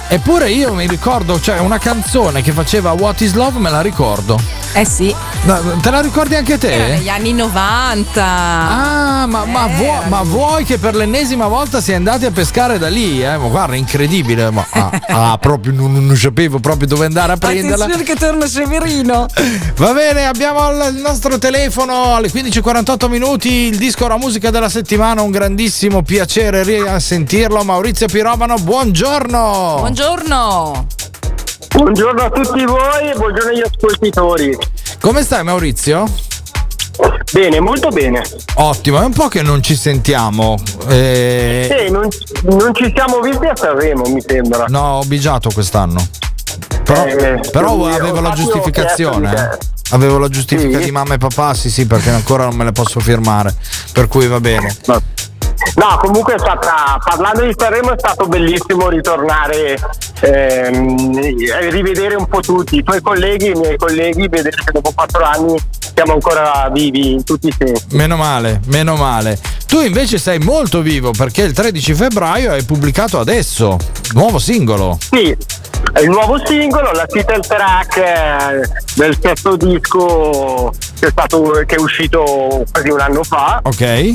Eppure io mi ricordo, cioè una canzone che faceva What is Love me la ricordo. Eh sì. No, te la ricordi anche te? Era negli anni novanta. Ah, ma, ma, Eh, vuoi, ma vuoi che per l'ennesima volta si è andati a pescare da lì? Eh? Ma guarda, incredibile. Ma ah, ah, proprio non, non sapevo proprio dove andare a prenderla. Attenzione che torna Severino. Va bene, abbiamo il nostro telefono alle quindici e quarantotto minuti, il disco La musica della settimana, un grandissimo piacere risentirlo. Maurizio Pirovano, buongiorno. Buongiorno. Buongiorno a tutti voi e buongiorno agli ascoltatori. Come stai, Maurizio? Bene, molto bene. Ottimo, è un po' che non ci sentiamo. Eh... Sì, non, non ci siamo visti a Sanremo, mi sembra. No, ho bigiato quest'anno. Però, Eh, però quindi avevo ho la fatto giustificazione. chiesto di eh. Avevo la giustifica Sì? di mamma e papà, sì, sì, perché ancora non me le posso firmare. Per cui va bene. No, comunque è stata, parlando di Sanremo, è stato bellissimo ritornare ehm, e rivedere un po' tutti i tuoi colleghi, i miei colleghi, vedere che dopo quattro anni siamo ancora vivi in tutti i sensi. Meno male, meno male. Tu invece sei molto vivo perché il tredici febbraio hai pubblicato adesso nuovo singolo. Sì, è il nuovo singolo, la title track eh, del terzo disco che è, stato, che è uscito quasi un anno fa. Ok.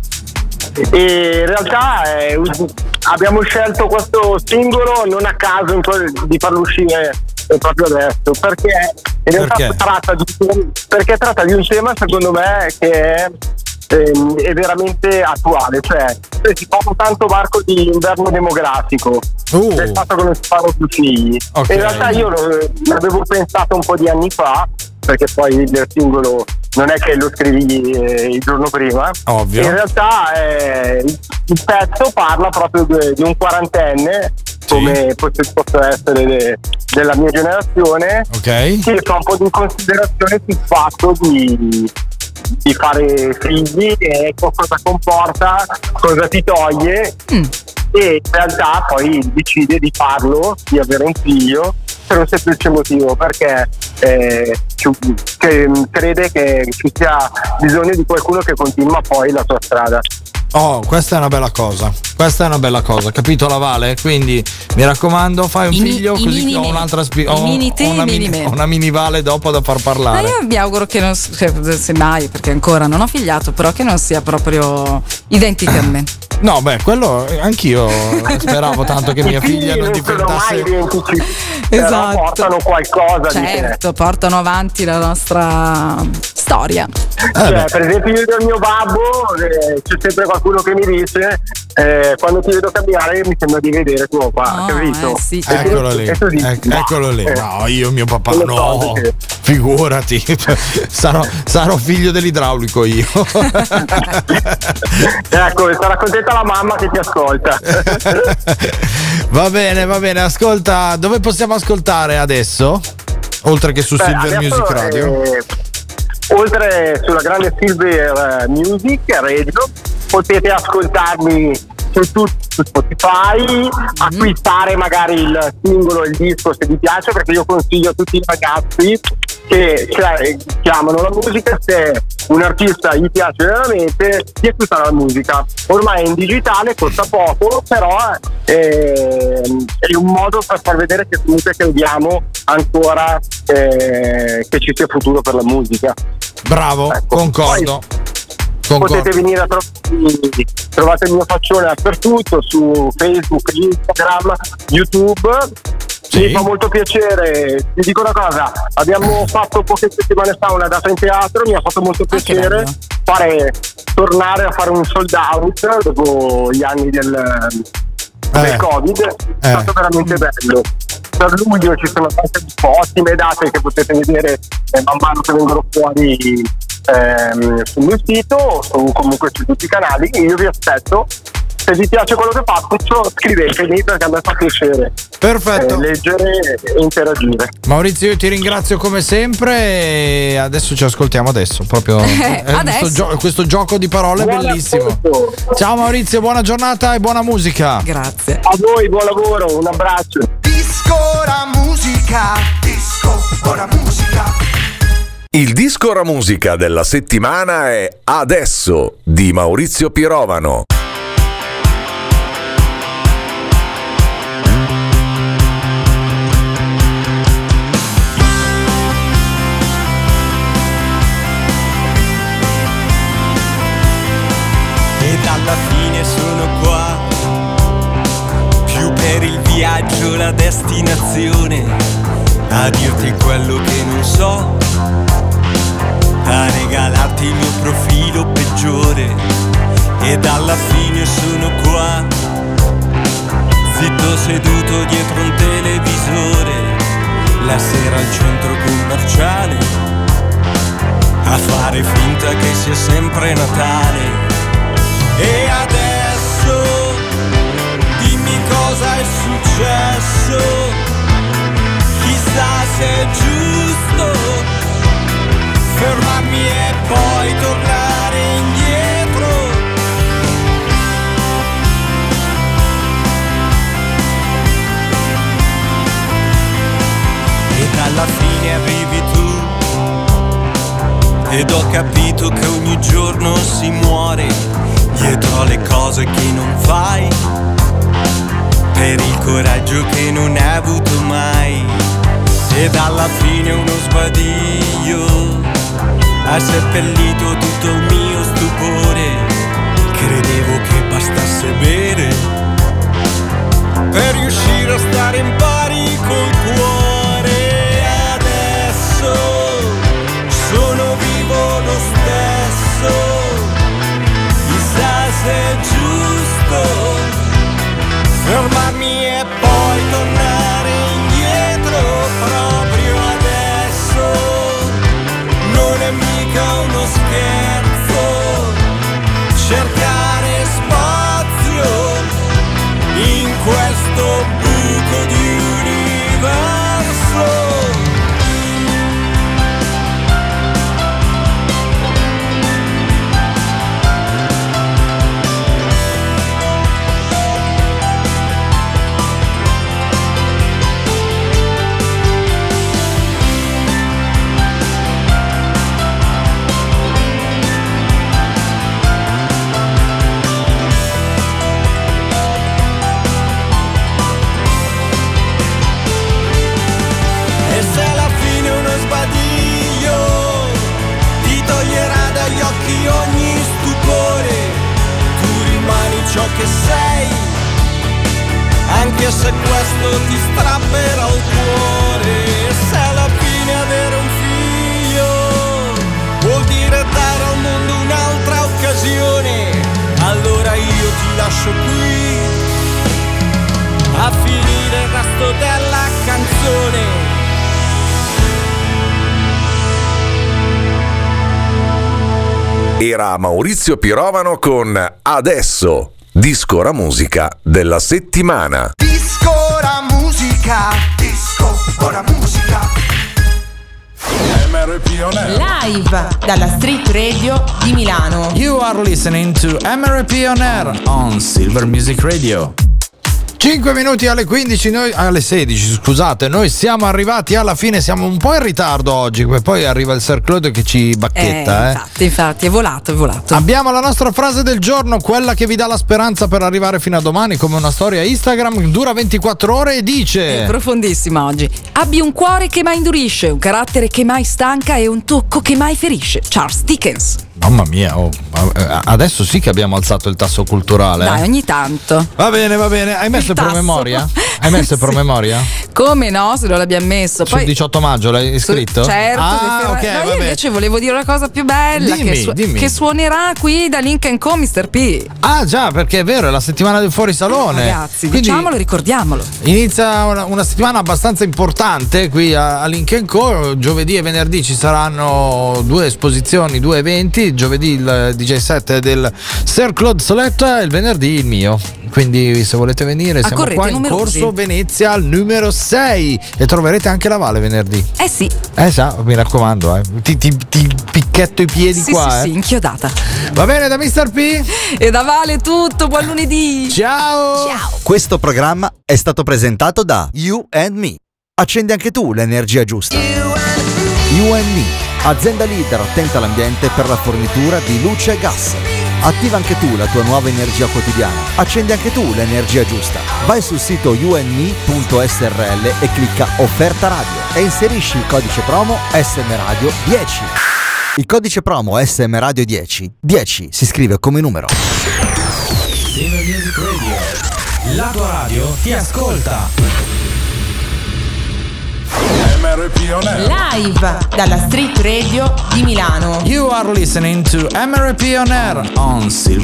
E in realtà eh, abbiamo scelto questo singolo non a caso di farlo uscire proprio adesso, perché in realtà Perché? tratta di, perché tratta di un tema secondo me che è, ehm, è veramente attuale, cioè si parla tanto, Marco, di inverno demografico, uh. del fatto che non si fanno più figli. Okay. In realtà io l'avevo pensato un po' di anni fa, perché poi il singolo non è che lo scrivi eh, il giorno prima. Ovvio. In realtà eh, il, il pezzo parla proprio di, di un quarantenne, sì, come possa essere de, della mia generazione, okay, che fa un po' di considerazione sul fatto di, di fare figli e cosa comporta, cosa ti toglie, mm. e in realtà poi decide di farlo, di avere un figlio, per un semplice motivo, perché eh, che crede che ci sia bisogno di qualcuno che continua poi la sua strada. Oh, questa è una bella cosa. Questa è una bella cosa, capito la Vale? Quindi mi raccomando, fai un I figlio mi, così mini, ho un'altra spi- i ho, mini te, ho una, mini mini, me. una mini Vale dopo da far parlare. Ma io mi auguro che non, che, se mai, perché ancora non ho figliato, però che non sia proprio identica a me. No, beh, quello anch'io speravo tanto che mia figlia non diventasse. Non sono mai identici, Esatto. però portano qualcosa. Certo, di portano avanti la nostra storia. Eh cioè, per esempio io del mio babbo eh, c'è sempre qualcuno che mi dice eh, quando ti vedo cambiare mi sembra di vedere tuo papà, Oh, capito? eh, sì. E Eccolo tu- lì, e tu dici, ec- no, eccolo lì. eh, No, io mio papà quelle no, cose che- figurati, sarò, sarò figlio dell'idraulico io. Ecco, sarà contenta la mamma che ti ascolta. Va bene, va bene, ascolta, dove possiamo ascoltare adesso? Oltre che su Beh, Silver adesso, Music Radio. eh, oltre sulla grande Silver Music Radio potete ascoltarmi su, tu, su Spotify, acquistare magari il singolo, il disco se vi piace, perché io consiglio a tutti i ragazzi che cioè, chiamano la musica, se un artista gli piace veramente, di acquistare la musica. Ormai è in digitale, costa poco, però eh, è un modo per far vedere che comunque crediamo ancora eh, che ci sia futuro per la musica. Bravo, ecco, concordo. Poi, Concordo. potete venire a trovarmi, trovate il mio faccione dappertutto, su Facebook, Instagram, YouTube. Sì. Mi fa molto piacere, ti dico una cosa, abbiamo fatto poche settimane fa una data in teatro, mi ha fatto molto piacere fare, tornare a fare un sold out dopo gli anni del, del Eh. Covid, è Eh. stato veramente bello. Per luglio ci sono tante ottime date che potete vedere eh, man mano che vengono fuori ehm, sul mio sito o comunque su tutti i canali. Io vi aspetto. Se vi piace quello che faccio, scrivetemi, perché a me fa piacere Perfetto. eh, leggere e interagire. Maurizio, io ti ringrazio come sempre e adesso ci ascoltiamo adesso, proprio Eh, eh, adesso. Questo, gio- questo gioco di parole è Buon bellissimo. ascolto. Ciao Maurizio, buona giornata e buona musica. Grazie. A voi, buon lavoro, un abbraccio. Disco ora musica, disco ora musica. Il disco ora musica della settimana è Adesso di Maurizio Pirovano. ostinazione a dirti quello che non so, a regalarti il mio profilo peggiore, ed alla fine sono qua, zitto seduto dietro un televisore, la sera al centro commerciale, a fare finta che sia sempre Natale. E adesso dimmi cosa è successo, chissà se è giusto fermarmi e poi tornare indietro. Ed alla fine arrivi tu, ed ho capito che ogni giorno si muore dietro alle cose che non fai, per il coraggio che non hai avuto mai. Ed alla fine uno sbadiglio ha seppellito tutto il mio stupore. Credevo che bastasse bere per riuscire a stare in pari col cuore. Adesso sono vivo lo stesso, chissà se è giusto fermarmi e poi tornare indietro. Proprio adesso non è mica uno scherzo cercare spazio in questo buco di universo. Ogni stupore, tu rimani ciò che sei, anche se questo ti strapperà il cuore. Se alla fine avere un figlio vuol dire dare al mondo un'altra occasione, allora io ti lascio qui a finire il resto della canzone. Era Maurizio Pirovano con Adesso, disco ora musica della settimana. Disco ora musica, disco ora musica. M R P On Air. Live dalla Street Radio di Milano. You are listening to M R P On Air on Silver Music Radio. cinque minuti alle quindici, noi alle sedici, scusate, noi siamo arrivati alla fine, siamo un po' in ritardo oggi, poi arriva il Sir Claude che ci bacchetta. Eh, eh. infatti, infatti, è volato, è volato. Abbiamo la nostra frase del giorno, quella che vi dà la speranza per arrivare fino a domani, come una storia Instagram, dura ventiquattro ore e dice: è profondissima oggi. Abbi un cuore che mai indurisce, un carattere che mai stanca e un tocco che mai ferisce. Charles Dickens. Mamma mia, oh, adesso sì che abbiamo alzato il tasso culturale. Dai, eh. ogni tanto. Va bene, va bene. Hai messo il, il promemoria? Hai messo il sì. promemoria? Come no, se non l'abbiamo messo. Sul Poi, diciotto maggio l'hai scritto? Su, certo. Ah, ok, no, io vabbè. invece volevo dire una cosa più bella, dimmi, che, su- dimmi. che suonerà qui da Link and Co, mister P. Ah già, perché è vero, è la settimana del fuorisalone. Eh, ragazzi, quindi diciamolo, ricordiamolo. Inizia una, una settimana abbastanza importante qui a, a Link and Co. Giovedì e venerdì ci saranno due esposizioni, due eventi. Giovedì il D J set del Sir Claude Soletta e il venerdì il mio. Quindi se volete venire siamo Accorrete, qua in numerosi. Corso Venezia al numero sei e troverete anche la Vale venerdì. Eh sì. Eh sa, mi raccomando, eh. ti, ti, ti picchetto i piedi sì, qua. Sì, eh. sì, inchiodata. Va bene da mister P? E da Vale tutto, buon lunedì. Ciao. Ciao. Questo programma è stato presentato da You and Me. Accendi anche tu l'energia giusta. You and Me, azienda leader attenta all'ambiente per la fornitura di luce e gas. Attiva anche tu la tua nuova energia quotidiana. Accendi anche tu l'energia giusta. Vai sul sito you and me punto s r l e clicca offerta radio e inserisci il codice promo S M Radio dieci. Il codice promo S M Radio dieci, dieci si scrive come numero. Silver Music Radio, la tua radio ti ascolta. M R P On Air. Live dalla Street Radio di Milano. You are listening to M R P On Air on Silver